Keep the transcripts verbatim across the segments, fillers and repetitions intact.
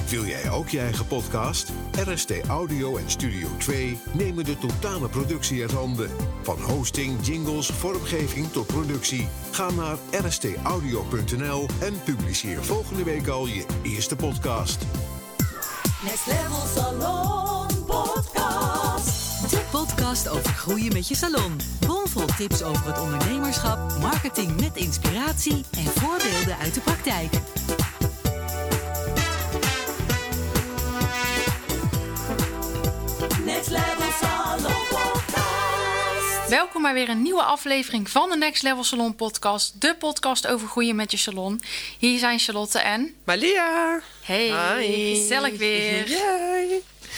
Wil jij ook je eigen podcast? R S T Audio en Studio twee nemen de totale productie uit handen. Van hosting, jingles, vormgeving tot productie. Ga naar r s t audio punt n l en publiceer volgende week al je eerste podcast. Next Level Salon Podcast. De podcast over groeien met je salon. Bomvol tips over het ondernemerschap, marketing met inspiratie en voorbeelden uit de praktijk. Next Level Salon Podcast. Welkom bij weer een nieuwe aflevering van de Next Level Salon Podcast. De podcast over groeien met je salon. Hier zijn Charlotte en... Malia. Hey, Hi. gezellig weer. Yay.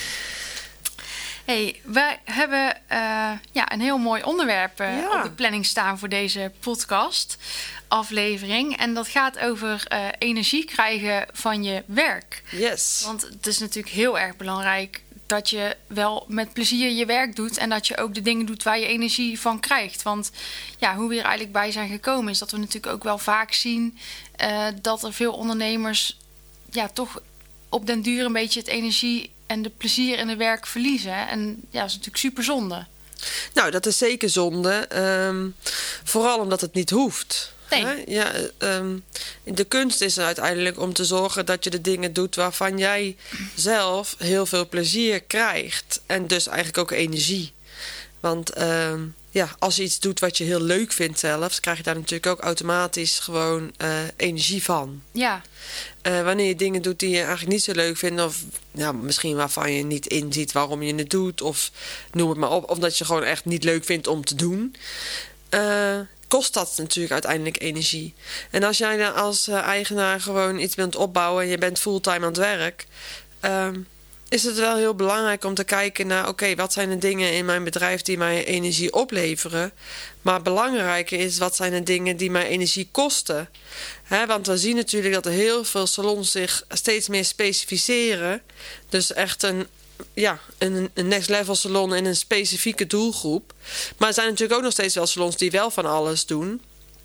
Hey, we hebben uh, ja, een heel mooi onderwerp uh, Ja. op de planning staan voor deze podcast aflevering. En dat gaat over uh, energie krijgen van je werk. Yes. Want het is natuurlijk heel erg belangrijk dat je wel met plezier je werk doet en dat je ook de dingen doet waar je energie van krijgt. Want ja, hoe we er eigenlijk bij zijn gekomen is dat we natuurlijk ook wel vaak zien uh, dat er veel ondernemers ja, toch op den duur een beetje het energie en de plezier in het werk verliezen. En ja, dat is natuurlijk super zonde. Nou, dat is zeker zonde. Um, vooral omdat het niet hoeft. Nee. Hè? Ja, um, de kunst is uiteindelijk om te zorgen dat je de dingen doet waarvan jij zelf heel veel plezier krijgt. En dus eigenlijk ook energie. Want um, ja, als je iets doet wat je heel leuk vindt zelfs, krijg je daar natuurlijk ook automatisch gewoon uh, energie van. Ja. Uh, wanneer je dingen doet die je eigenlijk niet zo leuk vindt, of ja, misschien waarvan je niet inziet waarom je het doet, of noem het maar op, of dat je gewoon echt niet leuk vindt om te doen, uh, kost dat natuurlijk uiteindelijk energie. En als jij dan als uh, eigenaar gewoon iets bent opbouwen en je bent fulltime aan het werk, uh, is het wel heel belangrijk om te kijken naar, oké, okay, wat zijn de dingen in mijn bedrijf die mij energie opleveren? Maar belangrijker is, wat zijn de dingen die mij energie kosten? He, want we zien natuurlijk dat er heel veel salons zich steeds meer specificeren. Dus echt een, ja, een, een next level salon in een specifieke doelgroep. Maar er zijn natuurlijk ook nog steeds wel salons die wel van alles doen.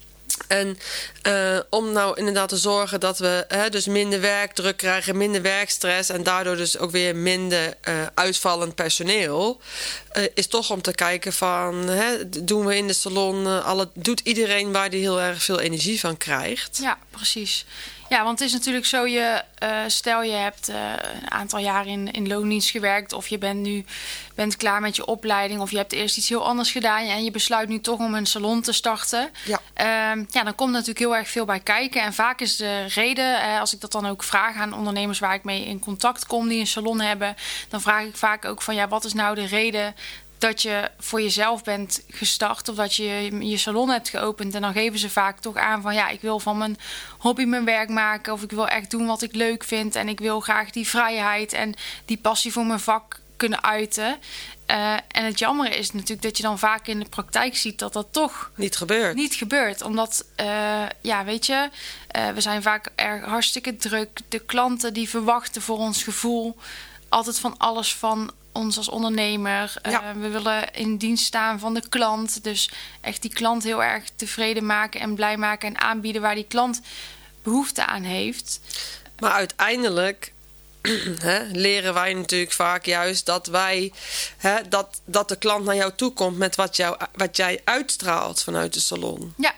En uh, om nou inderdaad te zorgen dat we hè, dus minder werkdruk krijgen, minder werkstress en daardoor dus ook weer minder uh, uitvallend personeel, uh, is toch om te kijken van, hè, doen we in de salon, uh, alle, doet iedereen waar die heel erg veel energie van krijgt? Ja, precies. Ja, want het is natuurlijk zo, je, uh, stel je hebt uh, een aantal jaar in, in loondienst gewerkt, of je bent nu bent klaar met je opleiding, of je hebt eerst iets heel anders gedaan en je besluit nu toch om een salon te starten. Ja. Uh, ja, dan komt natuurlijk heel erg veel bij kijken. En vaak is de reden, uh, als ik dat dan ook vraag aan ondernemers waar ik mee in contact kom die een salon hebben, dan vraag ik vaak ook van, ja, wat is nou de reden dat je voor jezelf bent gestart of dat je je salon hebt geopend. En dan geven ze vaak toch aan van, ja, ik wil van mijn hobby mijn werk maken, of ik wil echt doen wat ik leuk vind en ik wil graag die vrijheid en die passie voor mijn vak kunnen uiten. Uh, en het jammer is natuurlijk dat je dan vaak in de praktijk ziet dat dat toch Niet gebeurt. niet gebeurt. Omdat, uh, ja, weet je, uh, we zijn vaak erg hartstikke druk. De klanten die verwachten voor ons gevoel altijd van alles van ons als ondernemer. Ja. Uh, we willen in dienst staan van de klant. Dus echt die klant heel erg tevreden maken en blij maken en aanbieden waar die klant behoefte aan heeft. Maar uiteindelijk He, leren wij natuurlijk vaak juist dat wij he, dat, dat de klant naar jou toe komt met wat, jou, wat jij uitstraalt vanuit de salon. Ja.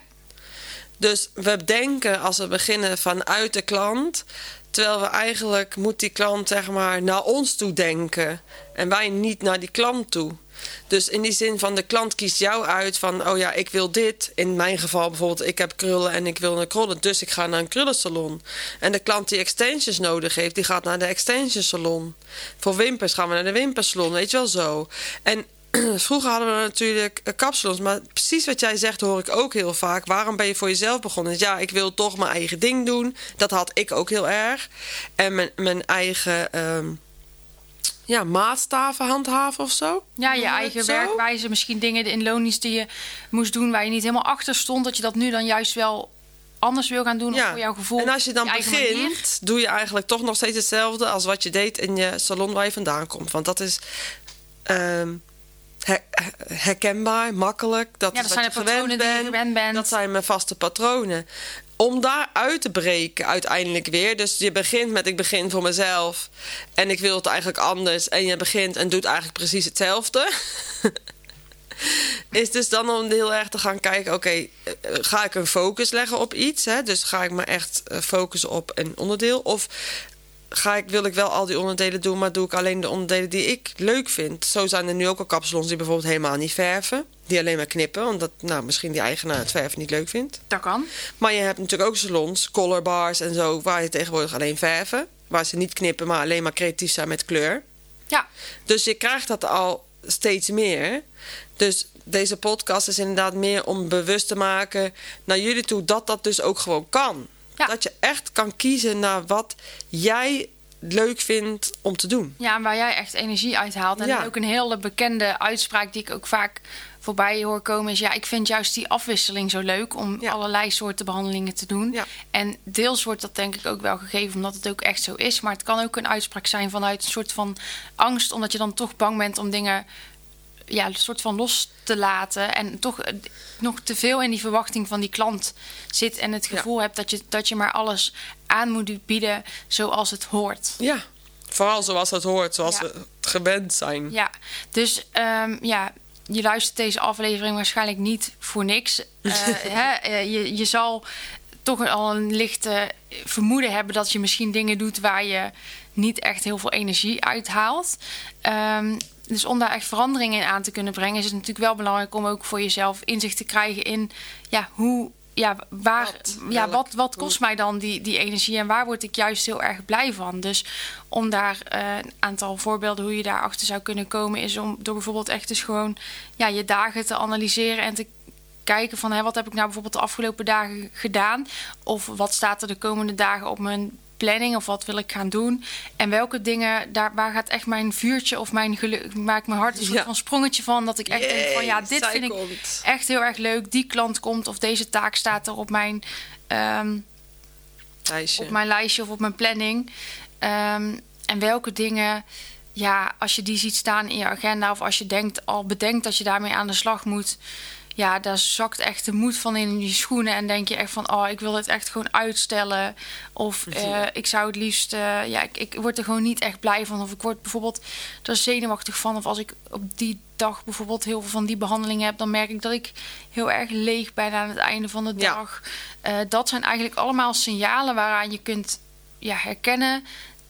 Dus we denken als we beginnen vanuit de klant, terwijl we eigenlijk moet die klant zeg maar naar ons toe denken en wij niet naar die klant toe. Dus in die zin van de klant kiest jou uit van, oh ja, ik wil dit. In mijn geval bijvoorbeeld, ik heb krullen en ik wil een krullen, dus ik ga naar een krullensalon. En de klant die extensions nodig heeft, die gaat naar de extension salon. Voor wimpers gaan we naar de wimpersalon, weet je wel zo. En vroeger hadden we natuurlijk kapsalons, maar precies wat jij zegt hoor ik ook heel vaak. Waarom ben je voor jezelf begonnen? Ja, ik wil toch mijn eigen ding doen. Dat had ik ook heel erg. En mijn, mijn eigen Um, ja, maatstaven handhaven of zo. Ja, je Noem je eigen het zo? werkwijze. Misschien dingen in loondienst die je moest doen waar je niet helemaal achter stond. Dat je dat nu dan juist wel anders wil gaan doen. Of voor jouw gevoel. En als je dan je eigen begint, manier. doe je eigenlijk toch nog steeds hetzelfde als wat je deed in je salon waar je vandaan komt. Want dat is um, her- herkenbaar, makkelijk. Dat Ja, is dat wat zijn de je gewend patronen die je bent. gewend bent. Dat zijn mijn vaste patronen. om daar uit te breken uiteindelijk weer. Dus je begint met ik begin voor mezelf en ik wil het eigenlijk anders. En je begint en doet eigenlijk precies hetzelfde. Is dus dan om heel erg te gaan kijken, oké, okay, ga ik een focus leggen op iets? Hè? Dus ga ik me echt focussen op een onderdeel? Of ga ik, wil ik wel al die onderdelen doen, maar doe ik alleen de onderdelen die ik leuk vind? Zo zijn er nu ook al kapsalons die bijvoorbeeld helemaal niet verven. Die alleen maar knippen, omdat nou, misschien die eigenaar het verven niet leuk vindt. Dat kan. Maar je hebt natuurlijk ook salons, color bars en zo, waar je tegenwoordig alleen verven. Waar ze niet knippen, maar alleen maar creatief zijn met kleur. Ja. Dus je krijgt dat al steeds meer. Dus deze podcast is inderdaad meer om bewust te maken naar jullie toe dat dat dus ook gewoon kan. Ja. Dat je echt kan kiezen naar wat jij leuk vindt om te doen. Ja, en waar jij echt energie uithaalt. En ja. ook een hele bekende uitspraak die ik ook vaak voorbij hoor komen is, ja, ik vind juist die afwisseling zo leuk om ja. allerlei soorten behandelingen te doen. Ja. En deels wordt dat denk ik ook wel gegeven omdat het ook echt zo is. Maar het kan ook een uitspraak zijn vanuit een soort van angst, omdat je dan toch bang bent om dingen ja, een soort van los te laten en toch nog te veel in die verwachting van die klant zit en het gevoel ja. hebt dat je, dat je maar alles aan moet bieden zoals het hoort. Ja, vooral zoals het hoort, zoals ja. we het gewend zijn. Ja, dus um, ja, je luistert deze aflevering waarschijnlijk niet voor niks. Uh, hè, je, je zal toch al een lichte vermoeden hebben dat je misschien dingen doet waar je niet echt heel veel energie uithaalt. Um, Dus om daar echt verandering in aan te kunnen brengen, is het natuurlijk wel belangrijk om ook voor jezelf inzicht te krijgen in ja, hoe, ja, waar, wat, ja, wat, wat kost mij dan die, die energie en waar word ik juist heel erg blij van. Dus om daar uh, een aantal voorbeelden hoe je daarachter zou kunnen komen, is om door bijvoorbeeld echt dus gewoon ja, je dagen te analyseren en te kijken van hè, wat heb ik nou bijvoorbeeld de afgelopen dagen gedaan, of wat staat er de komende dagen op mijn planning of wat wil ik gaan doen en welke dingen daar waar gaat echt mijn vuurtje of mijn geluk maakt mijn hart een soort ja. van sprongetje van dat ik echt Yay, denk van ja dit vind komt. ik echt heel erg leuk, die klant komt of deze taak staat er op mijn um, lijstje. op mijn lijstje of op mijn planning um, en welke dingen ja als je die ziet staan in je agenda of als je denkt al bedenkt dat je daarmee aan de slag moet. Ja, daar zakt echt de moed van in je schoenen. En denk je echt van, oh, ik wil het echt gewoon uitstellen. Of uh, ik zou het liefst... Uh, ja, ik, ik word er gewoon niet echt blij van. Of ik word bijvoorbeeld er zenuwachtig van. Of als ik op die dag bijvoorbeeld heel veel van die behandelingen heb... dan merk ik dat ik heel erg leeg ben aan het einde van de ja. dag. Uh, dat zijn eigenlijk allemaal signalen waaraan je kunt ja, herkennen...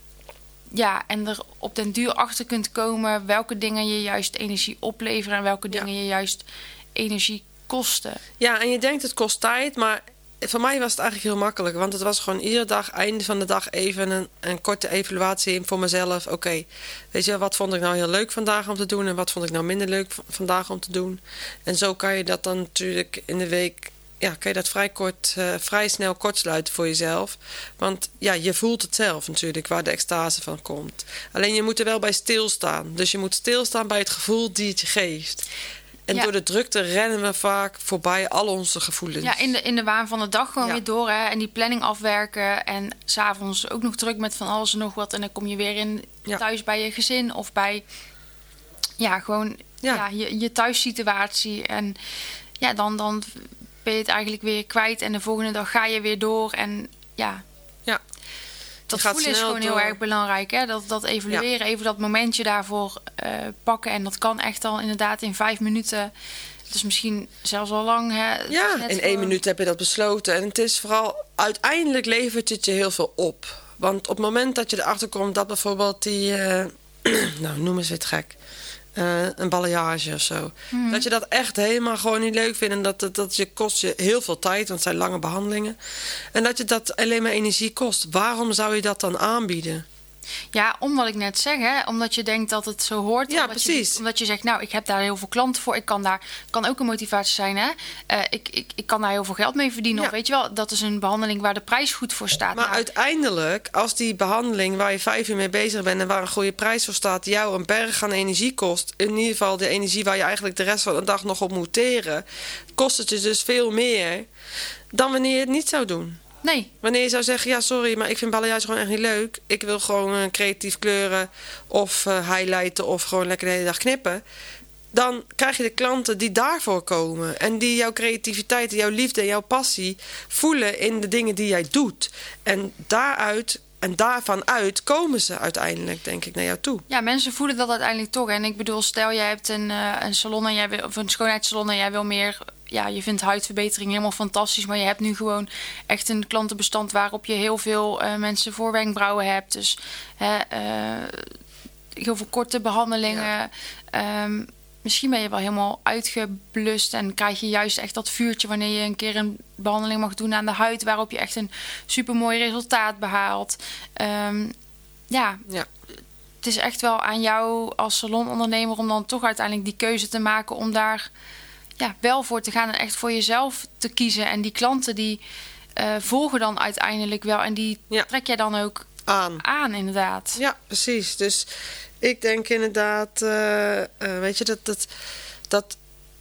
Ja, en er op den duur achter kunt komen... welke dingen je juist energie opleveren... en welke dingen ja. je juist... energie kosten. Ja, en je denkt het kost tijd, maar voor mij was het eigenlijk heel makkelijk. Want het was gewoon iedere dag, einde van de dag even een, een korte evaluatie voor mezelf. Oké, okay, weet je, wat vond ik nou heel leuk vandaag om te doen en wat vond ik nou minder leuk v- vandaag om te doen. En zo kan je dat dan natuurlijk in de week, ja, kan je dat vrij kort, uh, vrij snel kortsluiten voor jezelf. Want ja, je voelt het zelf natuurlijk, waar de extase van komt. Alleen je moet er wel bij stilstaan. Dus je moet stilstaan bij het gevoel die het je geeft. En ja. door de drukte rennen we vaak voorbij al onze gevoelens. Ja, in de, in de waan van de dag gewoon ja. weer door. Hè? En die planning afwerken. En s'avonds ook nog druk met van alles en nog wat. En dan kom je weer in ja. thuis bij je gezin. Of bij ja, gewoon ja. Ja, je, je thuissituatie. En ja, dan, dan ben je het eigenlijk weer kwijt. En de volgende dag ga je weer door. En ja... ja. Dat voelen is gewoon door. heel erg belangrijk. Hè? Dat, dat evalueren, ja. even dat momentje daarvoor uh, pakken. En dat kan echt al inderdaad in vijf minuten. Dus misschien zelfs al lang. Hè? Ja, in één gewoon... minuut heb je dat besloten. En het is vooral, uiteindelijk levert het je heel veel op. Want op het moment dat je erachter komt dat bijvoorbeeld die... Uh, nou, noem eens het gek. Uh, een balayage of zo. Mm. Dat je dat echt helemaal gewoon niet leuk vindt. En dat, dat, dat je kost je heel veel tijd, want het zijn lange behandelingen. En dat je dat alleen maar energie kost. Waarom zou je dat dan aanbieden? Ja, omdat ik net zeg, hè, omdat je denkt dat het zo hoort. Ja, omdat precies. Je, omdat je zegt, nou, ik heb daar heel veel klanten voor. Ik kan daar, kan ook een motivatie zijn, hè. Uh, ik, ik, ik kan daar heel veel geld mee verdienen. Ja. Of weet je wel, dat is een behandeling waar de prijs goed voor staat. Maar nou, uiteindelijk, als die behandeling waar je vijf uur mee bezig bent... en waar een goede prijs voor staat, jou een berg aan energie kost... in ieder geval de energie waar je eigenlijk de rest van de dag nog op moet teren... kost het je dus veel meer dan wanneer je het niet zou doen. Nee. Wanneer je zou zeggen, ja sorry, maar ik vind balayage gewoon echt niet leuk. Ik wil gewoon uh, creatief kleuren of uh, highlighten of gewoon lekker de hele dag knippen. dan krijg je de klanten die daarvoor komen. En die jouw creativiteit, jouw liefde en jouw passie voelen in de dingen die jij doet. En daaruit en daarvan uit komen ze uiteindelijk, denk ik, naar jou toe. Ja, mensen voelen dat uiteindelijk toch. En ik bedoel, stel jij hebt een, uh, een salon en jij wil, of een schoonheidssalon en jij wil meer. Ja, je vindt huidverbetering helemaal fantastisch, maar je hebt nu gewoon echt een klantenbestand waarop je heel veel uh, mensen voor wenkbrauwen hebt. Dus uh, uh, heel veel korte behandelingen. Ja. Um, Misschien ben je wel helemaal uitgeblust en krijg je juist echt dat vuurtje wanneer je een keer een behandeling mag doen aan de huid, waarop je echt een supermooi resultaat behaalt. Um, ja, ja, het is echt wel aan jou als salonondernemer om dan toch uiteindelijk die keuze te maken om daar ja, wel voor te gaan en echt voor jezelf te kiezen. En die klanten die uh, volgen dan uiteindelijk wel en die ja. trek jij dan ook aan. aan, inderdaad. Ja, precies. Dus ik denk inderdaad, uh, uh, weet je, dat, dat, dat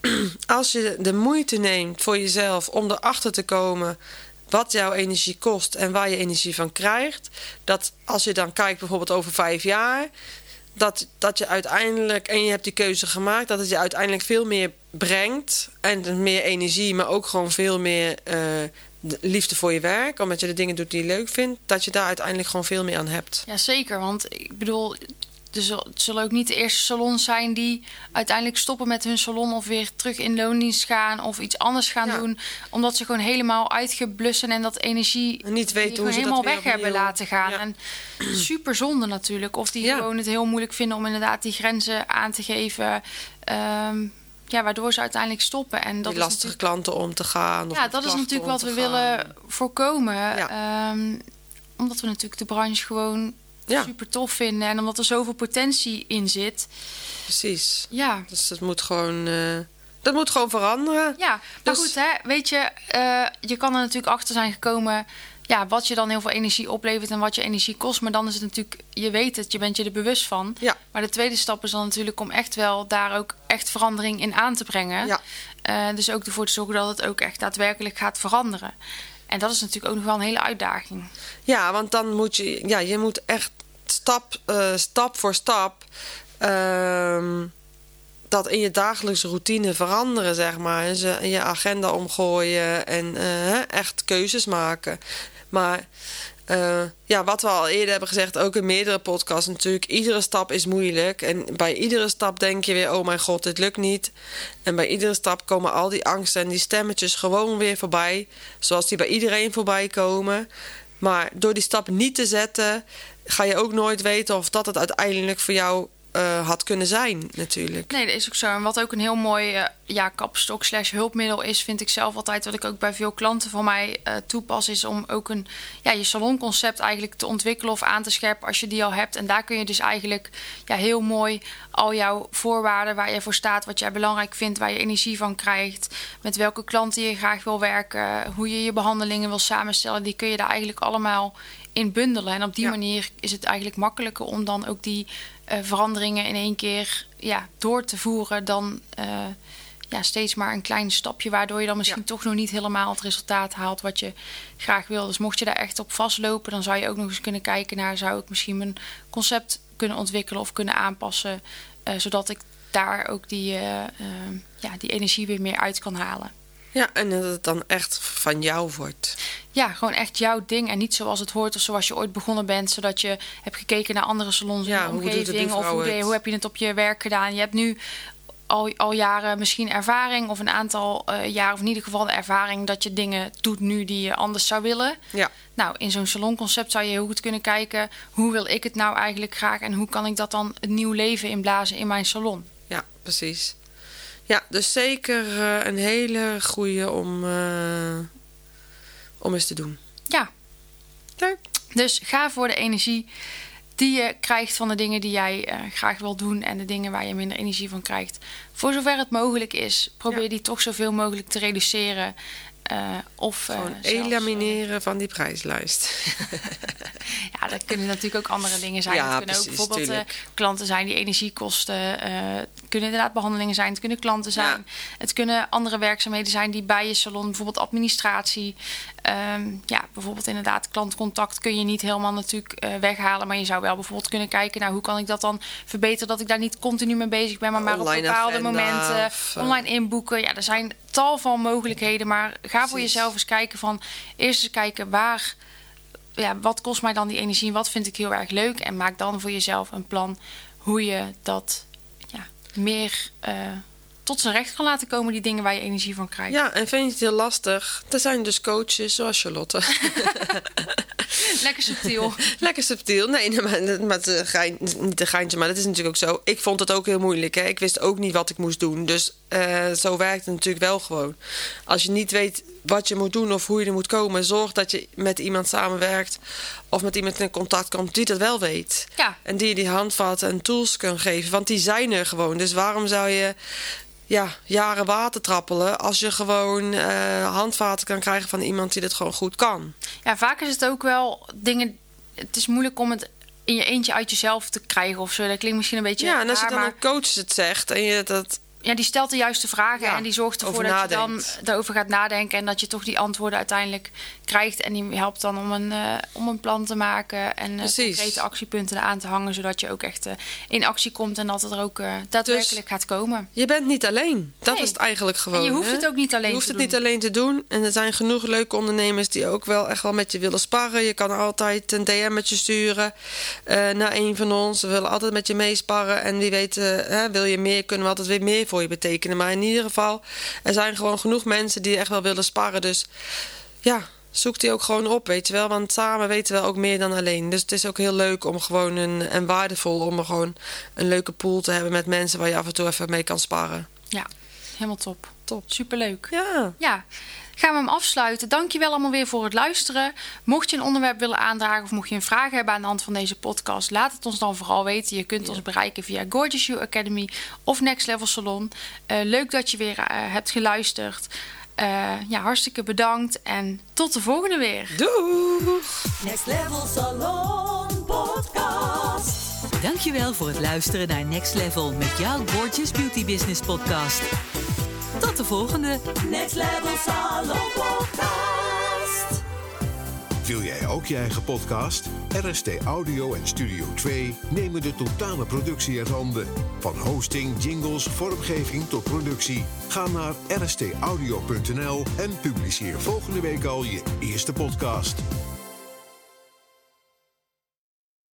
als je de moeite neemt voor jezelf om erachter te komen wat jouw energie kost en waar je energie van krijgt, dat als je dan kijkt bijvoorbeeld over vijf jaar, dat, dat je uiteindelijk, en je hebt die keuze gemaakt, dat het je uiteindelijk veel meer brengt en meer energie, maar ook gewoon veel meer uh, liefde voor je werk, omdat je de dingen doet die je leuk vindt, dat je daar uiteindelijk gewoon veel meer aan hebt. Ja, zeker, want ik bedoel, dus het zullen ook niet de eerste salons zijn die uiteindelijk stoppen met hun salon of weer terug in loondienst gaan of iets anders gaan ja. doen, omdat ze gewoon helemaal uitgeblust zijn en dat energie en niet weten hoe ze helemaal dat weg hebben opnieuw laten gaan. Ja. En super zonde natuurlijk. Of die ja. gewoon het heel moeilijk vinden om inderdaad die grenzen aan te geven. Um, ja, waardoor ze uiteindelijk stoppen. En dat die lastige is klanten om te gaan. Of ja, dat is natuurlijk wat we gaan. willen voorkomen. Ja. Um, omdat we natuurlijk de branche gewoon ja. super tof vinden. En omdat er zoveel potentie in zit. Precies. Ja. Dus dat moet gewoon, uh, dat moet gewoon veranderen. Ja, maar dus goed, hè, weet je, uh, je kan er natuurlijk achter zijn gekomen, ja, wat je dan heel veel energie oplevert en wat je energie kost. Maar dan is het natuurlijk, je weet het, je bent je er bewust van. Ja. Maar de tweede stap is dan natuurlijk om echt wel daar ook echt verandering in aan te brengen. Ja. Uh, dus ook ervoor te zorgen dat het ook echt daadwerkelijk gaat veranderen. En dat is natuurlijk ook nog wel een hele uitdaging. Ja, want dan moet je, ja, je moet echt stap, uh, stap voor stap uh, dat in je dagelijkse routine veranderen, zeg maar. En ze, je agenda omgooien en uh, echt keuzes maken. Maar uh, ja, wat we al eerder hebben gezegd, ook in meerdere podcasts natuurlijk, iedere stap is moeilijk. En bij iedere stap denk je weer, oh mijn god, dit lukt niet. En bij iedere stap komen al die angsten en die stemmetjes gewoon weer voorbij. Zoals die bij iedereen voorbij komen. Maar door die stap niet te zetten, ga je ook nooit weten of dat het uiteindelijk voor jou uh, had kunnen zijn, natuurlijk. Nee, dat is ook zo. En wat ook een heel mooi uh, ja, kapstok slash hulpmiddel is, vind ik zelf altijd, wat ik ook bij veel klanten van mij uh, toepas, is om ook een, ja, je salonconcept eigenlijk te ontwikkelen of aan te scherpen als je die al hebt. En daar kun je dus eigenlijk ja, heel mooi al jouw voorwaarden, waar je voor staat, wat jij belangrijk vindt, waar je energie van krijgt, met welke klanten je graag wil werken, hoe je je behandelingen wil samenstellen, die kun je daar eigenlijk allemaal in bundelen. En op die ja. manier is het eigenlijk makkelijker om dan ook die uh, veranderingen in één keer ja, door te voeren dan uh, ja, steeds maar een klein stapje, waardoor je dan misschien ja. toch nog niet helemaal het resultaat haalt wat je graag wil. Dus mocht je daar echt op vastlopen, dan zou je ook nog eens kunnen kijken naar, zou ik misschien mijn concept kunnen ontwikkelen of kunnen aanpassen, uh, zodat ik daar ook die, uh, uh, ja, die energie weer meer uit kan halen. Ja, en dat het dan echt van jou wordt. Ja, gewoon echt jouw ding. En niet zoals het hoort of zoals je ooit begonnen bent. Zodat je hebt gekeken naar andere salons in ja, de omgeving. Hoe of hoe, de, hoe heb je het op je werk gedaan. Je hebt nu al, al jaren misschien ervaring. Of een aantal uh, jaar, of in ieder geval de ervaring dat je dingen doet nu die je anders zou willen. Ja. Nou, in zo'n salonconcept zou je heel goed kunnen kijken, hoe wil ik het nou eigenlijk graag? En hoe kan ik dat dan een nieuw leven inblazen in mijn salon? Ja, precies. Ja, dus zeker uh, een hele goeie om, uh, om eens te doen. Ja. Leuk. Dus ga voor de energie die je krijgt van de dingen die jij uh, graag wil doen en de dingen waar je minder energie van krijgt. Voor zover het mogelijk is, probeer ja. die toch zoveel mogelijk te reduceren. Uh, of uh, Gewoon zelfs, elimineren uh, van die prijslijst. Ja, dat kunnen natuurlijk ook andere dingen zijn. Ja, het kunnen precies, ook bijvoorbeeld uh, klanten zijn die energiekosten uh, kunnen inderdaad behandelingen zijn, het kunnen klanten zijn. Ja. Het kunnen andere werkzaamheden zijn die bij je salon, bijvoorbeeld administratie. Um, ja, bijvoorbeeld inderdaad klantcontact kun je niet helemaal natuurlijk uh, weghalen. Maar je zou wel bijvoorbeeld kunnen kijken, nou hoe kan ik dat dan verbeteren, dat ik daar niet continu mee bezig ben, maar maar Online op bepaalde agenda momenten of, uh, online inboeken. Ja, er zijn tal van mogelijkheden, maar ga voor Precies. jezelf eens kijken van, eerst eens kijken waar, ja, wat kost mij dan die energie, wat vind ik heel erg leuk en maak dan voor jezelf een plan hoe je dat ja, meer uh, tot zijn recht kan laten komen, die dingen waar je energie van krijgt. Ja, en vind je het heel lastig? Er zijn dus coaches zoals Charlotte. Lekker subtiel. Lekker subtiel. Nee, nee, maar, maar te gein, niet een geintje, maar dat is natuurlijk ook zo. Ik vond het ook heel moeilijk. Hè? Ik wist ook niet wat ik moest doen. Dus uh, zo werkt het natuurlijk wel gewoon. Als je niet weet wat je moet doen of hoe je er moet komen, zorg dat je met iemand samenwerkt of met iemand in contact komt die dat wel weet. Ja. En die je die handvatten en tools kan geven. Want die zijn er gewoon. Dus waarom zou je ja, jaren water trappelen als je gewoon uh, handvaten kan krijgen van iemand die dat gewoon goed kan? Ja, vaak is het ook wel dingen. Het is moeilijk om het in je eentje uit jezelf te krijgen of zo. Dat klinkt misschien een beetje. Ja, en als je raar, dan maar een coach het zegt en je dat. ja, die stelt de juiste vragen Ja, en die zorgt ervoor over dat je nadenkt. dan daarover gaat nadenken en dat je toch die antwoorden uiteindelijk krijgt. En die helpt dan om een, uh, om een plan te maken en uh, Precies. concrete actiepunten aan te hangen, zodat je ook echt uh, in actie komt en dat het er ook uh, daadwerkelijk gaat komen. Je bent niet alleen. Dat Nee. is het eigenlijk gewoon. En je hoeft hè? het ook niet alleen Je hoeft te het doen. niet alleen te doen. En er zijn genoeg leuke ondernemers die ook wel echt wel met je willen sparren. Je kan altijd een D M'tje sturen uh, naar een van ons. We willen altijd met je meesparren. En wie weet, uh, hè, wil je meer, kunnen we altijd weer meer voor je betekenen. Maar in ieder geval, er zijn gewoon genoeg mensen die echt wel willen sparren. Dus ja, zoek die ook gewoon op, weet je wel. Want samen weten we ook meer dan alleen. Dus het is ook heel leuk om gewoon een, en waardevol om er gewoon een leuke pool te hebben met mensen waar je af en toe even mee kan sparren. Ja, helemaal top. Top. Superleuk. Ja. Ja, gaan we hem afsluiten. Dankjewel allemaal weer voor het luisteren. Mocht je een onderwerp willen aandragen of mocht je een vraag hebben aan de hand van deze podcast, laat het ons dan vooral weten. Je kunt ons bereiken via Gorgeous You Academy of Next Level Salon. Uh, leuk dat je weer uh, hebt geluisterd. Uh, ja, hartstikke bedankt en tot de volgende weer. Doeg! Next Level Salon Podcast. Dankjewel voor het luisteren naar Next Level met jouw Gorgeous Beauty Business podcast. Tot de volgende. Next Level Salon Podcast. Wil jij ook je eigen podcast? R S T Audio en Studio twee nemen de totale productie uit handen. Van hosting, jingles, vormgeving tot productie. Ga naar r s t audio punt n l en publiceer volgende week al je eerste podcast.